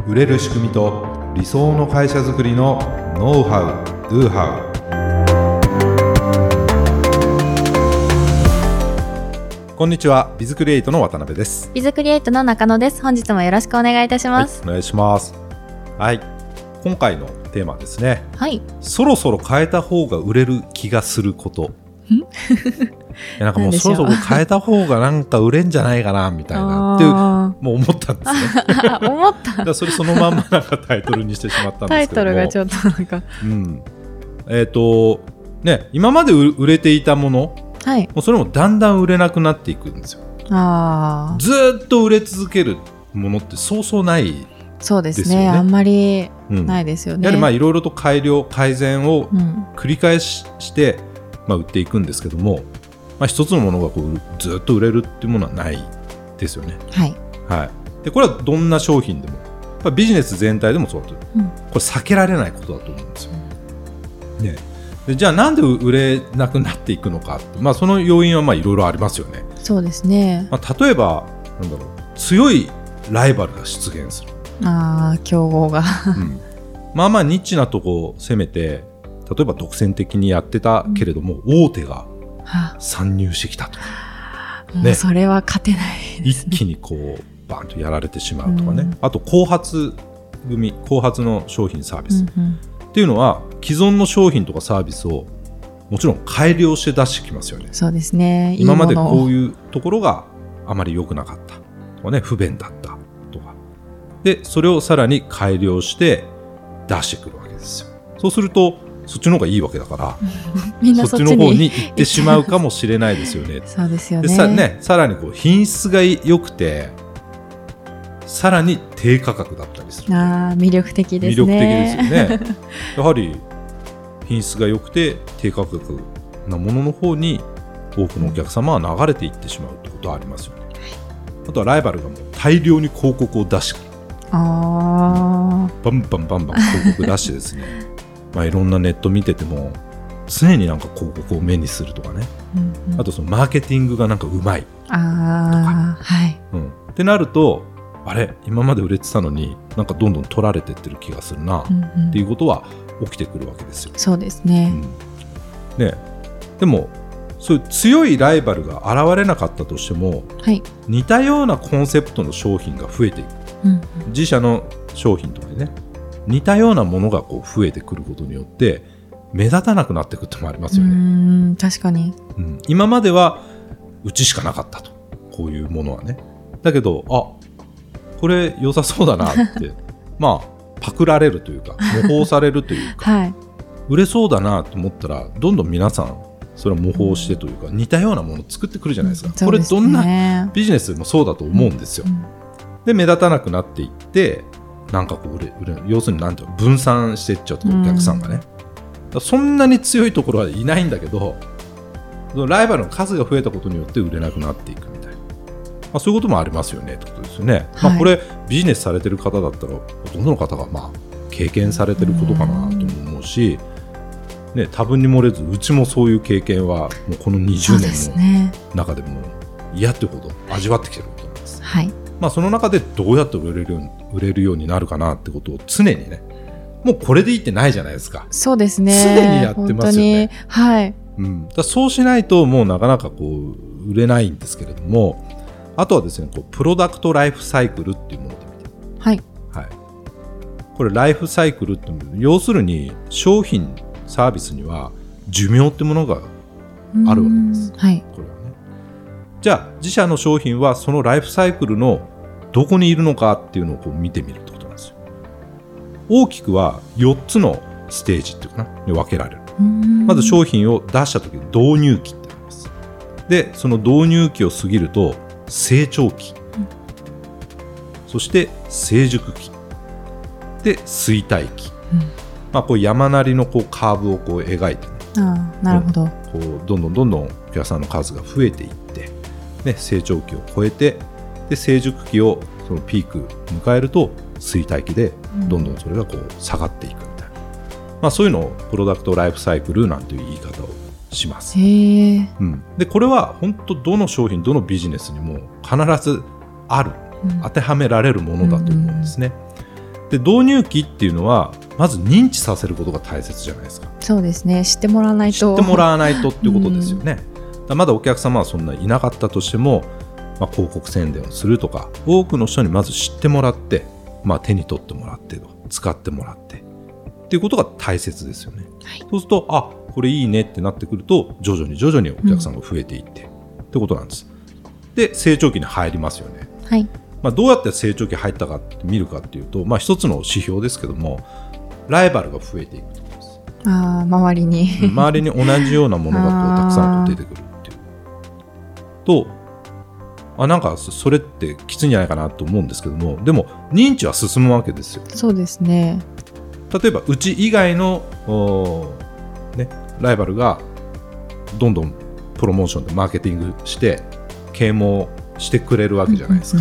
売れる仕組みと理想の会社づくりのノウハウ・ドゥハウ。こんにちは、ビズクリエイトの渡辺です。 ビズクリエイトの中野です。本日もよろしくお願いいたします。 はい、お願いします。はい、今回のテーマですね。 はい。 そろそろ変えた方が売れる気がすることなんかもうそろそろ変えた方がなんか売れんじゃないかなみたいなっていうもう思ったんですね思っただそれそのまんまなんかタイトルにしてしまったんですけども、タイトルがちょっとなんか、 ね、今まで売れていたもの、 はい、 もうそれもだんだん売れなくなっていくんですよ。ずっと売れ続けるものってそうそうないですよね。 そうですね、あんまりないですよね。 やはりいろいろと改善を繰り返して、売っていくんですけども、一つのものがこうずっと売れるっていうものはないですよね。 はいはい、でこれはどんな商品でもビジネス全体でもそうだと、これ避けられないことだと思うんですよ、ね。でじゃあなんで売れなくなっていくのかって、その要因はいろいろありますよね。 そうですね。 例えば強いライバルが出現する。 競合が、 ニッチなとこを攻めて、例えば独占的にやってたけれども、大手が参入してきたとか、 もうそれは勝てないですね。 一気にこうバンとやられてしまうとかね、あと後発の商品サービス、っていうのは既存の商品とかサービスをもちろん改良して出してきますよね。 そうですね。 今までこういうところがあまり良くなかったとかね、不便だったとかで、それをさらに改良して出してくるわけですよ。そうするとそっちの方がいいわけだからみんなそっちの方に行ってしまうかもしれないですよね。 そうですよね。 でさらにこう品質が良くてさらに低価格だったりする。 魅力的ですね。 魅力的ですよね。やはり品質が良くて低価格なものの方に多くのお客様は流れていってしまうってことはありますよね。あとはライバルがもう大量に広告を出してくる。バンバン広告出してですねいろんなネット見てても常になんか広告を目にするとかね、あとそのマーケティングがなんかうまいとか、ってなるとあれ今まで売れてたのになんかどんどん取られてってる気がするな、っていうことは起きてくるわけですよ。 そうですね。 でもそういう強いライバルが現れなかったとしても、似たようなコンセプトの商品が増えていく、自社の商品とかにね似たようなものがこう増えてくることによって目立たなくなっていくってもありますよね。 確かに、 今まではうちしかなかったと、こういうものはね。だけどこれ良さそうだなってパクられるというか模倣されるというか、売れそうだなと思ったらどんどん皆さんそれを模倣してというか、似たようなものを作ってくるじゃないですか。これどんなビジネスでもそうだと思うんですよ。で目立たなくなっていってなんかこう要するになんていうの分散していっちゃうと、お客さんがね、そんなに強いところはいないんだけどライバルの数が増えたことによって売れなくなっていくみたいな、そういうこともありますよねってことですよね。これビジネスされてる方だったらほとんどの方が経験されてることかなと思うし、多分に漏れずうちもそういう経験はもうこの20年の中でも嫌ってほど味わってきてることなんです。その中でどうやって売れるようになるかなってことを常にね、もうこれでいいってないじゃないですか。 そうですね。 常にやってますよね。だそうしないともうなかなかこう売れないんですけれども、あとはですね、こうプロダクトライフサイクルっていうもので見て、これライフサイクルって要するに商品サービスには寿命ってものがあるわけです。これはね、じゃあ自社の商品はそのライフサイクルのどこにいるのかっていうのをこう見てみるってことなんですよ。大きくは4つのステージっていうかなに分けられる。まず商品を出した時に導入期ってあります。でその導入期を過ぎると成長期、そして成熟期で衰退期、こう山なりのこうカーブをこう描いてね、 なるほど、 こうどんどんお客さんの数が増えていって、成長期を超えて、で成熟期をそのピーク迎えると衰退期でどんどんそれがこう下がっていくみたいな、そういうのをプロダクトライフサイクルなんていう言い方をします。でこれは本当どの商品どのビジネスにも必ずある、当てはめられるものだと思うんですね。 で導入期っていうのはまず認知させることが大切じゃないですか。 そうですね、知ってもらわないと。 知ってもらわないとっていうことですよね。だからまだお客様はそんないなかったとしても、広告宣伝をするとか、多くの人にまず知ってもらって、手に取ってもらって使ってもらってっていうことが大切ですよね。はい、そうするとこれいいねってなってくると徐々にお客さんが増えていって、ってことなんです。で成長期に入りますよね。 はい。 どうやって成長期入ったかって見るかっていうと、一つの指標ですけども、ライバルが増えていくということです。 周りに同じようなものがたくさん出てくるっていうと、なんかそれってきついんじゃないかなと思うんですけども、でも認知は進むわけですよ。 そうですね。 例えばうち以外の、ライバルがどんどんプロモーションでマーケティングして啓蒙してくれるわけじゃないですか。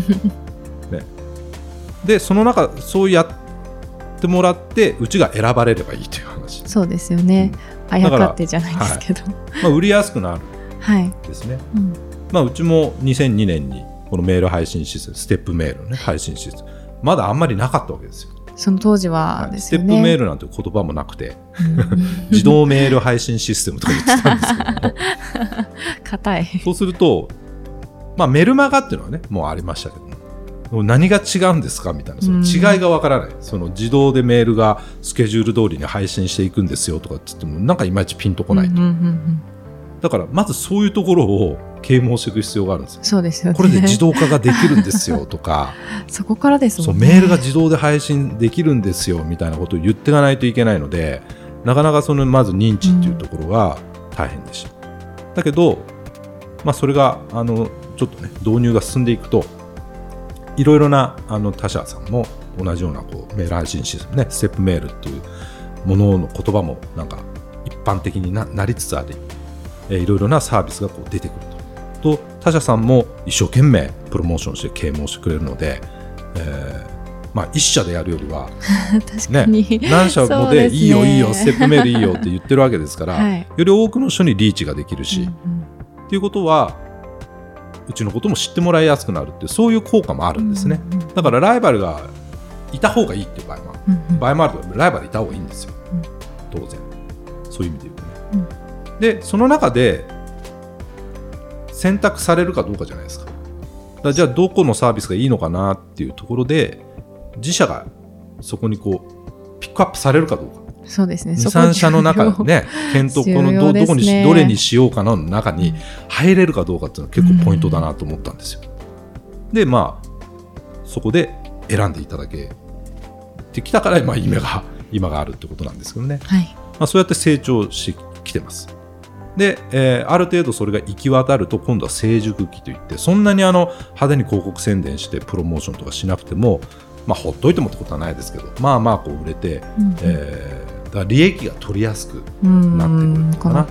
でその中そうやってもらってうちが選ばれればいいという話。 そうですよね。あやかってじゃないですけど、 売りやすくなるですね。うちも2002年にこのメール配信システム、ステップメールの、配信システムまだあんまりなかったわけですよ。 その当時はですよね。 ステップメールなんて言葉もなくて、自動メール配信システムとか言ってたんですけども硬い。 そうすると、メルマガっていうのはねもうありましたけども、何が違うんですかみたいな、その違いがわからない。その自動でメールがスケジュール通りに配信していくんですよとかって言ってもなんかいまいちピンとこないと、だからまずそういうところを啓蒙していく必要があるんですよ。 そうですよね。 これで自動化ができるんですよとかそこからですもんね。 メールが自動で配信できるんですよみたいなことを言っていかないといけないので、なかなかそのまず認知っていうところが大変でした。だけど、それがちょっとね導入が進んでいくと、いろいろな他社さんも同じようなメール配信システムね、ステップメールっていうものの言葉もなんか一般的に なりつつあり、いろいろなサービスが出てくると他社さんも一生懸命プロモーションして啓蒙してくれるので、一社でやるよりは確かに、 何社もでいいよいいよステップメールいいよって言ってるわけですから、より多くの人にリーチができるし、っていうことはうちのことも知ってもらいやすくなるっていう、そういう効果もあるんですね。だからライバルがいた方がいいっていう場合もあると、ライバルいた方がいいんですよ、当然そういう意味で言うとね。でその中で選択されるかどうかじゃないですか。じゃあどこのサービスがいいのかなっていうところで自社がそこにピックアップされるかどうか。 そうですね。 2、3社の中でね、検討この どこにどれにしようかなの中に入れるかどうかっていうのは結構ポイントだなと思ったんですよ。でそこで選んでいただけてきたから今があるってことなんですけどね。そうやって成長してきてます。で、ある程度それが行き渡ると今度は成熟期といって、そんなに派手に広告宣伝してプロモーションとかしなくても、ほっといてもってことはないですけど、売れて、だから利益が取りやすくなってくるか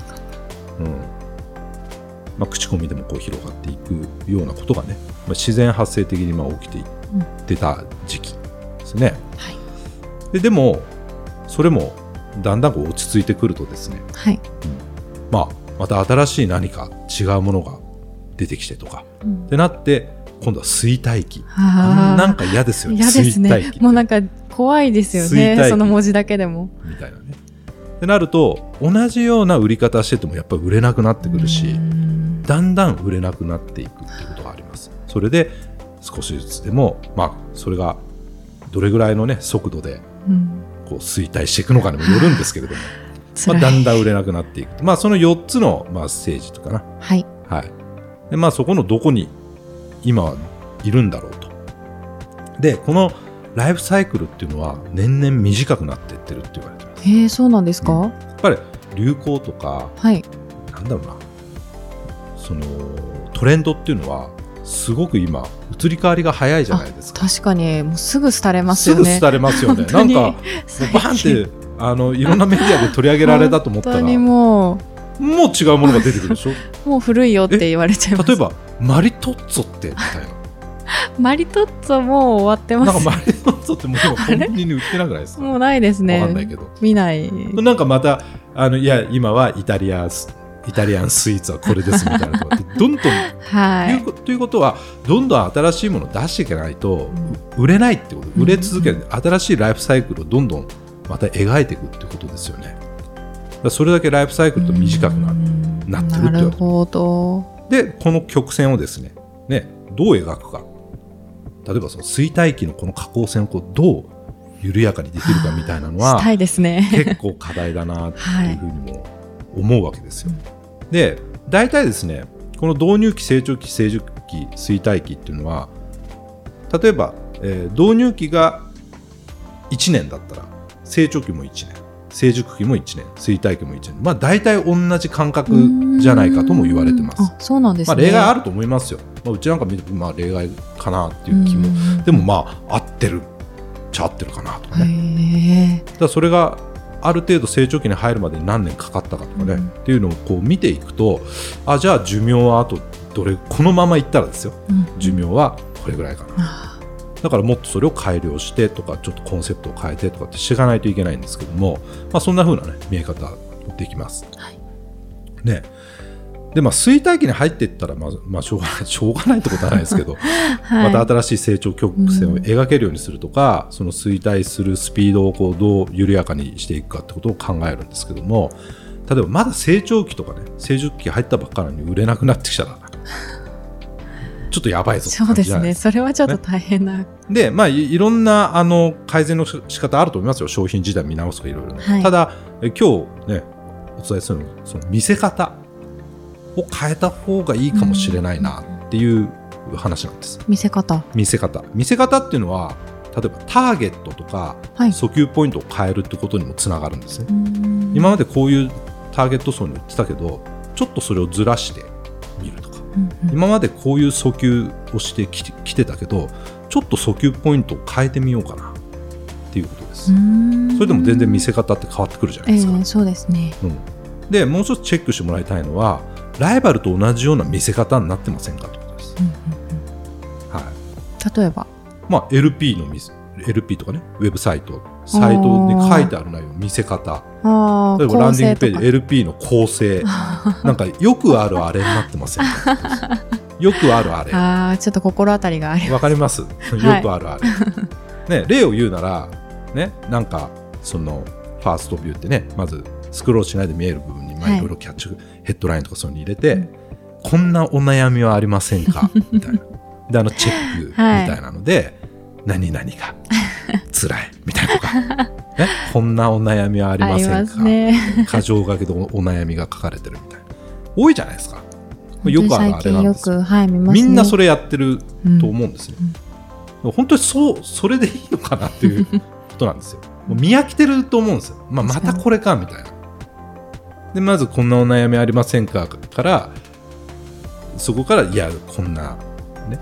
な。口コミでも広がっていくようなことがね、自然発生的に起きていってた時期ですね。でもそれもだんだん落ち着いてくるとですね、また新しい何か違うものが出てきてとか、ってなって今度は衰退期。なんか嫌ですよね。 嫌ですね。もうなんか怖いですよね、その文字だけでもみたいなね。ってなると同じような売り方しててもやっぱり売れなくなってくるし、だんだん売れなくなっていくっていうことがあります。それで少しずつでも、それがどれぐらいのね速度で衰退していくのかにもよるんですけれどもだんだん売れなくなっていく。その4つのステージとかな。でそこのどこに今はいるんだろうと。でこのライフサイクルっていうのは年々短くなっていってるって言われてます。 そうなんですか。 やっぱり流行とか、なんだろうな、そのトレンドっていうのはすごく今移り変わりが早いじゃないですか。 確かにもうすぐ廃れますよね。 すぐ廃れますよね。なんかバーンっていろんなメディアで取り上げられたと思ったらもう違うものが出てくるでしょもう古いよって言われちゃいます。 例えばマリトッツォってみたいなマリトッツォもう終わってます。 なんかマリトッツォってもう今コンビニに売ってなくないですか。 もうないですね。 わかんないけど見ない。 なんかまたいや今はイタリアイタリアンスイーツはこれですみたいなとかってどんどん、 はい、 ということはどんどん新しいものを出していかないと売れないってこと、売れ続ける、新しいライフサイクルをどんどんまた描いていくってことですよね。だからそれだけライフサイクルと短くなってるって言われてる。 なるほど。 でこの曲線をですね、どう描くか、例えばその衰退期のこの下降線をどう緩やかにできるかみたいなのはしたいですね。 結構課題だなっていうふうにも思うわけですよ。で大体ですね、この導入期、成長期、成熟期、衰退期っていうのは、例えば、導入期が1年だったら成長期も1年、成熟期も1年、衰退期も1年、まあ、大体同じ感覚じゃないかとも言われてます。 あ、そうなんですね。 まあ、例外あると思いますよ。まあ、うちなんか見てもまあ例外かなっていう気も、でもまあ合ってるっちゃ合ってるかなとかね。だからそれがある程度成長期に入るまでに何年かかったかとかね、っていうのをこう見ていくと、あ、じゃあ寿命はあとどれ、このままいったらですよ、寿命はこれぐらいかな。だからもっとそれを改良してとか、ちょっとコンセプトを変えてとかってしていかないといけないんですけども、まあ、そんな風な、ね、見え方できます、はいね。でまあ、衰退期に入っていったら、まあ、しょうがないってことはないですけど、はい、また新しい成長曲線を描けるようにするとか、その衰退するスピードをこうどう緩やかにしていくかってことを考えるんですけども、例えばまだ成長期とかね、成熟期入ったばっかりに売れなくなってきたらちょっとやばいぞって感じじゃないですか。 そうですね。それはちょっと大変な。 で、まあ、いろんな改善の仕方あると思いますよ。商品自体見直すとかいろいろね。はい、ただ今日ねお伝えするのはその見せ方を変えた方がいいかもしれないなっていう話なんです。 見せ方っていうのは、例えばターゲットとか、はい、訴求ポイントを変えるってことにもつながるんですね。今までこういうターゲット層に売ってたけど、ちょっとそれをずらしてみるとか、今までこういう訴求をしてきてたけど、ちょっと訴求ポイントを変えてみようかなっていうことです。それでも全然見せ方って変わってくるじゃないですか。 そうですね。 でもう一つチェックしてもらいたいのは、ライバルと同じような見せ方になってませんかということです。はい、例えば、まあ、LP とかね、ウェブサイトに書いてある内容の見せ方、例えばランディングページ LP の構成なんかよくあるあれになってませんかよくあるあれ、 ちょっと心当たりがあります。 わかります。よくあるあれ、ね、例を言うなら、ね、なんかそのファーストビューってね、まずスクロールしないで見える部分にいろいろキャッチヘッドラインとかそういうのに入れて、こんなお悩みはありませんかみたいなでチェックみたいなので、何々が辛いみたいなとか、ね、こんなお悩みはありませんか、箇条書きでお悩みが書かれてるみたいな、多いじゃないですか。よくあるあれなんですよ。みんなそれやってると思うんですね。本当にそれでいいのかなっていうことなんですよ。もう見飽きてると思うんですよ。またこれかみたいな。でまずこんなお悩みありませんかから、そこからいやこんなね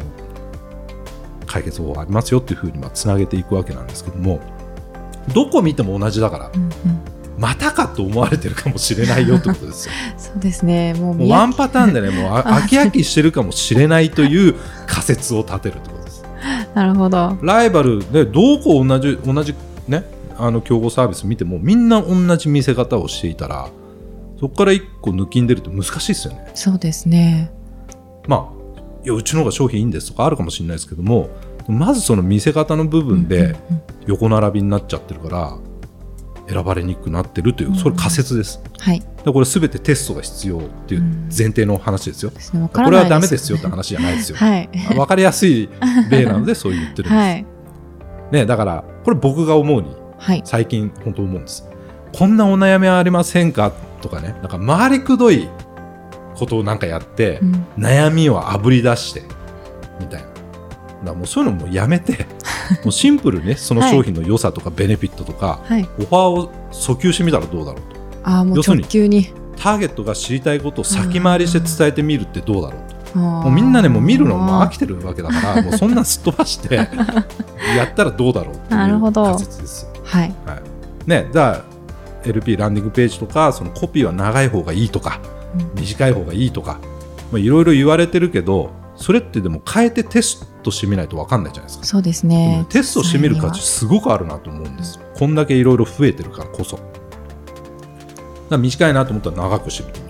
解決法ありますよっていうふうにつなげていくわけなんですけども、どこ見ても同じだから、またかと思われてるかもしれないよってことですよ。 そうですね。もうワンパターンでね、もう飽き飽きしてるかもしれないという仮説を立てるってことです。 なるほど。 ライバルでどこ同じね、競合サービス見てもみんな同じ見せ方をしていたら、そこから1個抜きん出るって難しいですよね。 そうですね。 いやうちの方が商品いいんですとかあるかもしれないですけども、まずその見せ方の部分で横並びになっちゃってるから選ばれにくくなってるという、それ仮説です。はい、これ全てテストが必要っていう前提の話ですよ。これはダメですよって話じゃないですよ。はい、分かりやすい例なのでそう言ってるんです。はいね、だからこれ僕が思うに、最近本当思うんです。こんなお悩みはありませんかとかね、なんか回りくどいことをなんかやって、悩みをあぶり出してみたいな、だからもうそういうのもやめてもうシンプルにね、その商品の良さとかベネフィットとか、オファーを訴求してみたらどうだろうと。 もう直球にターゲットが知りたいことを先回りして伝えてみるってどうだろうと。もうみんなね、もう見るのも飽きてるわけだからもうそんなすっ飛ばしてやったらどうだろうっていう仮説ですよ。はいね、だから LP ランディングページとか、そのコピーは長い方がいいとか、短い方がいいとかいろいろ言われてるけど、それってでも変えてテストしてみないと分かんないじゃないですか。 そうですね。 テストしてみる価値すごくあるなと思うんですよ。こんだけいろいろ増えてるからこそ。だから短いなと思ったら長くしてみてもいいし、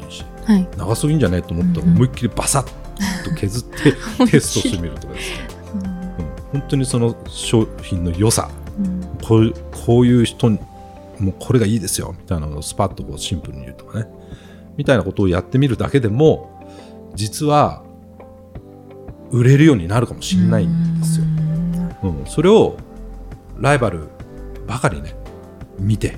はい、 長すぎんじゃねえと思ったら思いっきりバサッと削ってテストしてみるとかですね、本当にその商品の良さ、こういう人にもうこれがいいですよみたいなのをスパッとこうシンプルに言うとかね、みたいなことをやってみるだけでも実は売れるようになるかもしれないんですよ。それをライバルばかりね見て、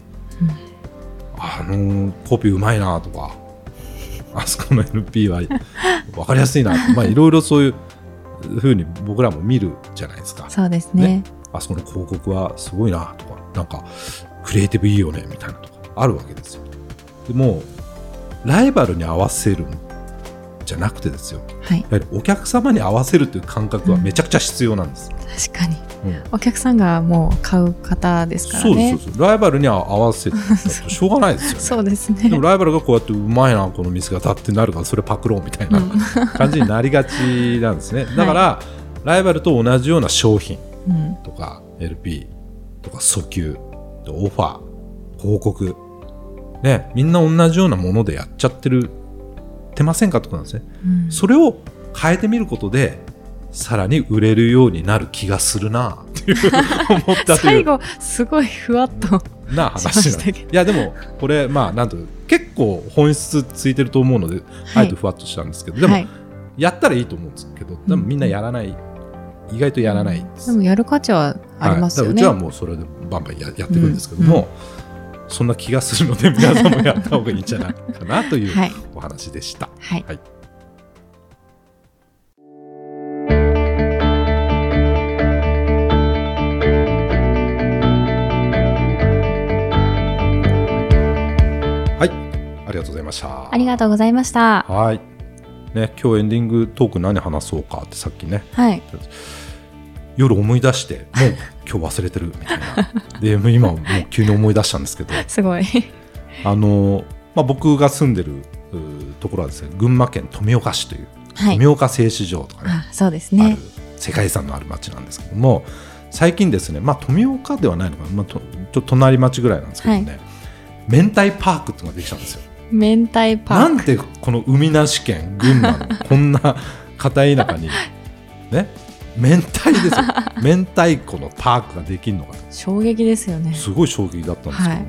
コピーうまいなとか、あそこの NP は分かりやすいなとか、いろいろそういう風に僕らも見るじゃないですか。 そうですね。 あそこの広告はすごいなとか、なんかクリエイティブいいよねみたいなとかあるわけですよ。でもライバルに合わせるんじゃなくてですよ、はい、やはりお客様に合わせるという感覚はめちゃくちゃ必要なんです。 確かに、お客さんがもう買う方ですからね。 そうライバルに合わせてしょうがないですよね。 そうですね。 でもライバルがこうやってうまいなこの店がってなるからそれパクろうみたいな感じになりがちなんですね。だから、ライバルと同じような商品とか、LP とか訴求、オファー、広告、ね、みんな同じようなものでやっちゃってませんかってことなんですね。それを変えてみることでさらに売れるようになる気がするなっていう思ったという最後すごいふわっとな話なんです。いやでもこれなんと結構本質ついてると思うので、あえてふわっとしたんですけど、でも、やったらいいと思うんですけど、でもみんなやらない、意外とやらないんです。 でもやる価値はありますよね。 うちはもうそれでバンバン やっていくんですけども、そんな気がするので皆さんもやった方がいいんじゃないかなというお話でした。はいはい、ありがとうございました。 ありがとうございました。 はい、ね、今日エンディングトーク何話そうかってさっきね、夜思い出してもう今日忘れてるみたいなで今もう急に思い出したんですけどすごい僕が住んでるところはですね、群馬県富岡市という、富岡製糸場とかね、 そうですね、 ある世界遺産のある町なんですけども、最近ですね、富岡ではないのかな、ちょっと隣町ぐらいなんですけどね、明太パークっていうのができたんですよ。 明太パークなんてこの海なし県群馬のこんな片田舎にね、明太ですよ明太子のパークができるのか、 衝撃ですよね。 すごい衝撃だったんですけど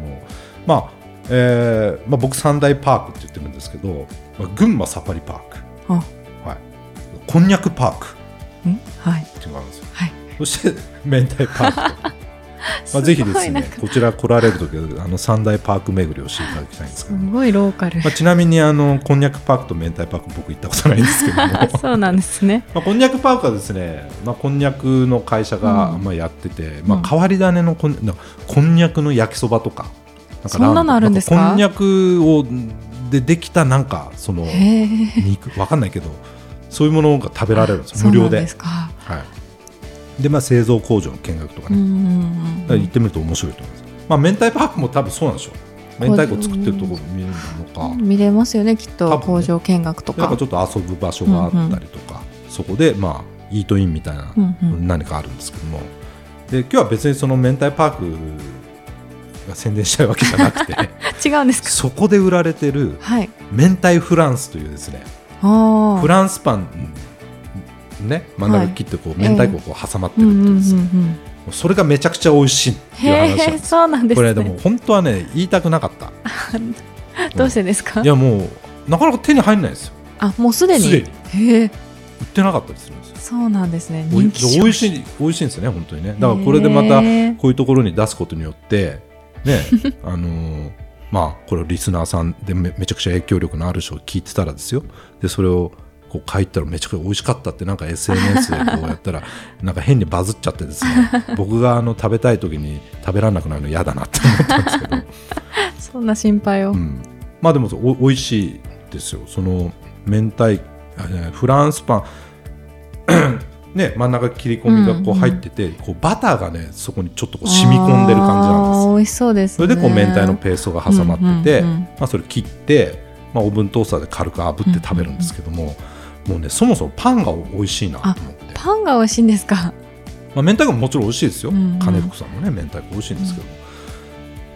も、僕三大パークって言ってるんですけど、群馬サファリパーク、こんにゃくパークっていうのがあるんですよ。そして明太パークぜひですね、こちら来られるときは三大パーク巡りをしていただきたいんですけど、 すごいローカル、 ちなみにこんにゃくパークと明太パーク僕行ったことないんですけどもそうなんですね。 こんにゃくパークはですね、こんにゃくの会社がやってて、変わり種のこんにゃくの焼きそばとか、 そんなのあるんですか。 こんにゃくでできたなんかその肉わかんないけど、そういうものが食べられるんですよ、無料で。で製造工場の見学とかね、行ってみると面白いと思います。明太パークも多分そうなんでしょう。明太子作ってるところ見れるのか、 見れますよねきっと、工場見学とか。 なんかちょっと遊ぶ場所があったりとか、そこでイートインみたいな何かあるんですけども、で今日は別にその明太パークが宣伝したいわけじゃなくて違うんですか。 そこで売られてる明太フランスというですね、フランスパンね、真ん中切って明太子が挟まってるっていうですね、それがめちゃくちゃ美味しいっていう話なんです。 そうなんですね。 これでも本当はね言いたくなかったどうしてですか。 いやもうなかなか手に入らないですよ。 もうすでに売ってなかったりするんですよ。 そうなんですね。 美味しいんですよね本当にね。だからこれでまたこういうところに出すことによってねこれをリスナーさんで めちゃくちゃ影響力のある人を聞いてたらですよ、でそれをこう書いたらめちゃくちゃ美味しかったってなんか SNS でこうやったらなんか変にバズっちゃってですね僕が食べたい時に食べられなくなるの嫌だなって思ったんですけどそんな心配を、 でも美味しいですよ。その明太フランスパンね、真ん中切り込みがこう入ってて、こうバターがねそこにちょっとこう染み込んでる感じなんですよ。 美味しそうですね。 それでこう明太のペーストが挟まってて、それ切ってオーブントースターで軽く炙って食べるんですけども、もうねそもそもパンが美味しいなと思って。 パンが美味しいんですか。明太子ももちろん美味しいですよ、金福さんのね明太子美味しいんですけど、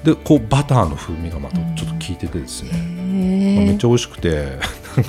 でこうバターの風味がまたちょっと効いててですね、めっちゃ美味しくて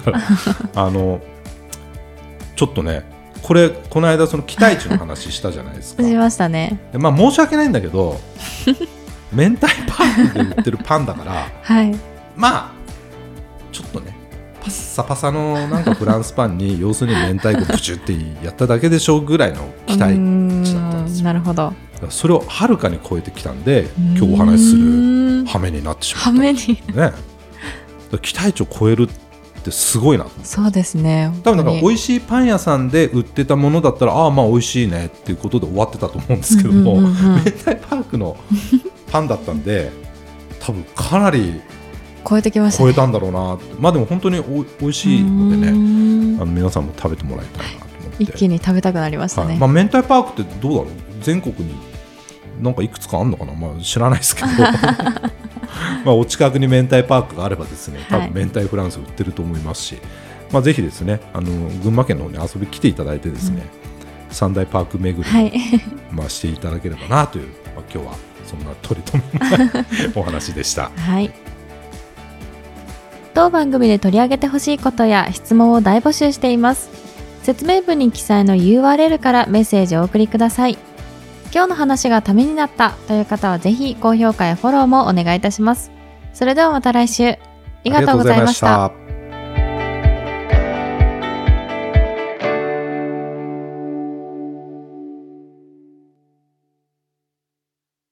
ちょっとねこの間その期待値の話したじゃないですかしましたね。 で、申し訳ないんだけど明太パークで売ってるパンだから、 はい、 ちょっとねパッサパサのなんかフランスパンに要するに明太子プチュってやっただけでしょうぐらいの期待値だったんですよ。 なるほど。 それをはるかに超えてきたんで今日お話しする羽目になってしまったんですよね。期待値を超えるってすごいなと思って。 そうですね。 多分なんか美味しいパン屋さんで売ってたものだったら美味しいねっていうことで終わってたと思うんですけども、明太パークのパンだったんで多分かなり超えてきましたね。 超えたんだろうな。でも本当に美味しいのでね、皆さんも食べてもらいたいなと思って、 一気に食べたくなりましたね。 明太パークってどうだろう、全国になんかいくつかあるのかな、知らないですけどお近くに明太パークがあればですね、多分明太フランス売ってると思いますし、ぜひですね群馬県の方に遊びに来ていただいてですね、三大パーク巡りしていただければなという、今日はそんな取り留めもないお話でした。 はい、当番組で取り上げてほしいことや質問を大募集しています。説明文に記載の URL からメッセージをお送りください。今日の話がためになったという方はぜひ高評価やフォローもお願いいたします。それではまた来週。ありがとうございました。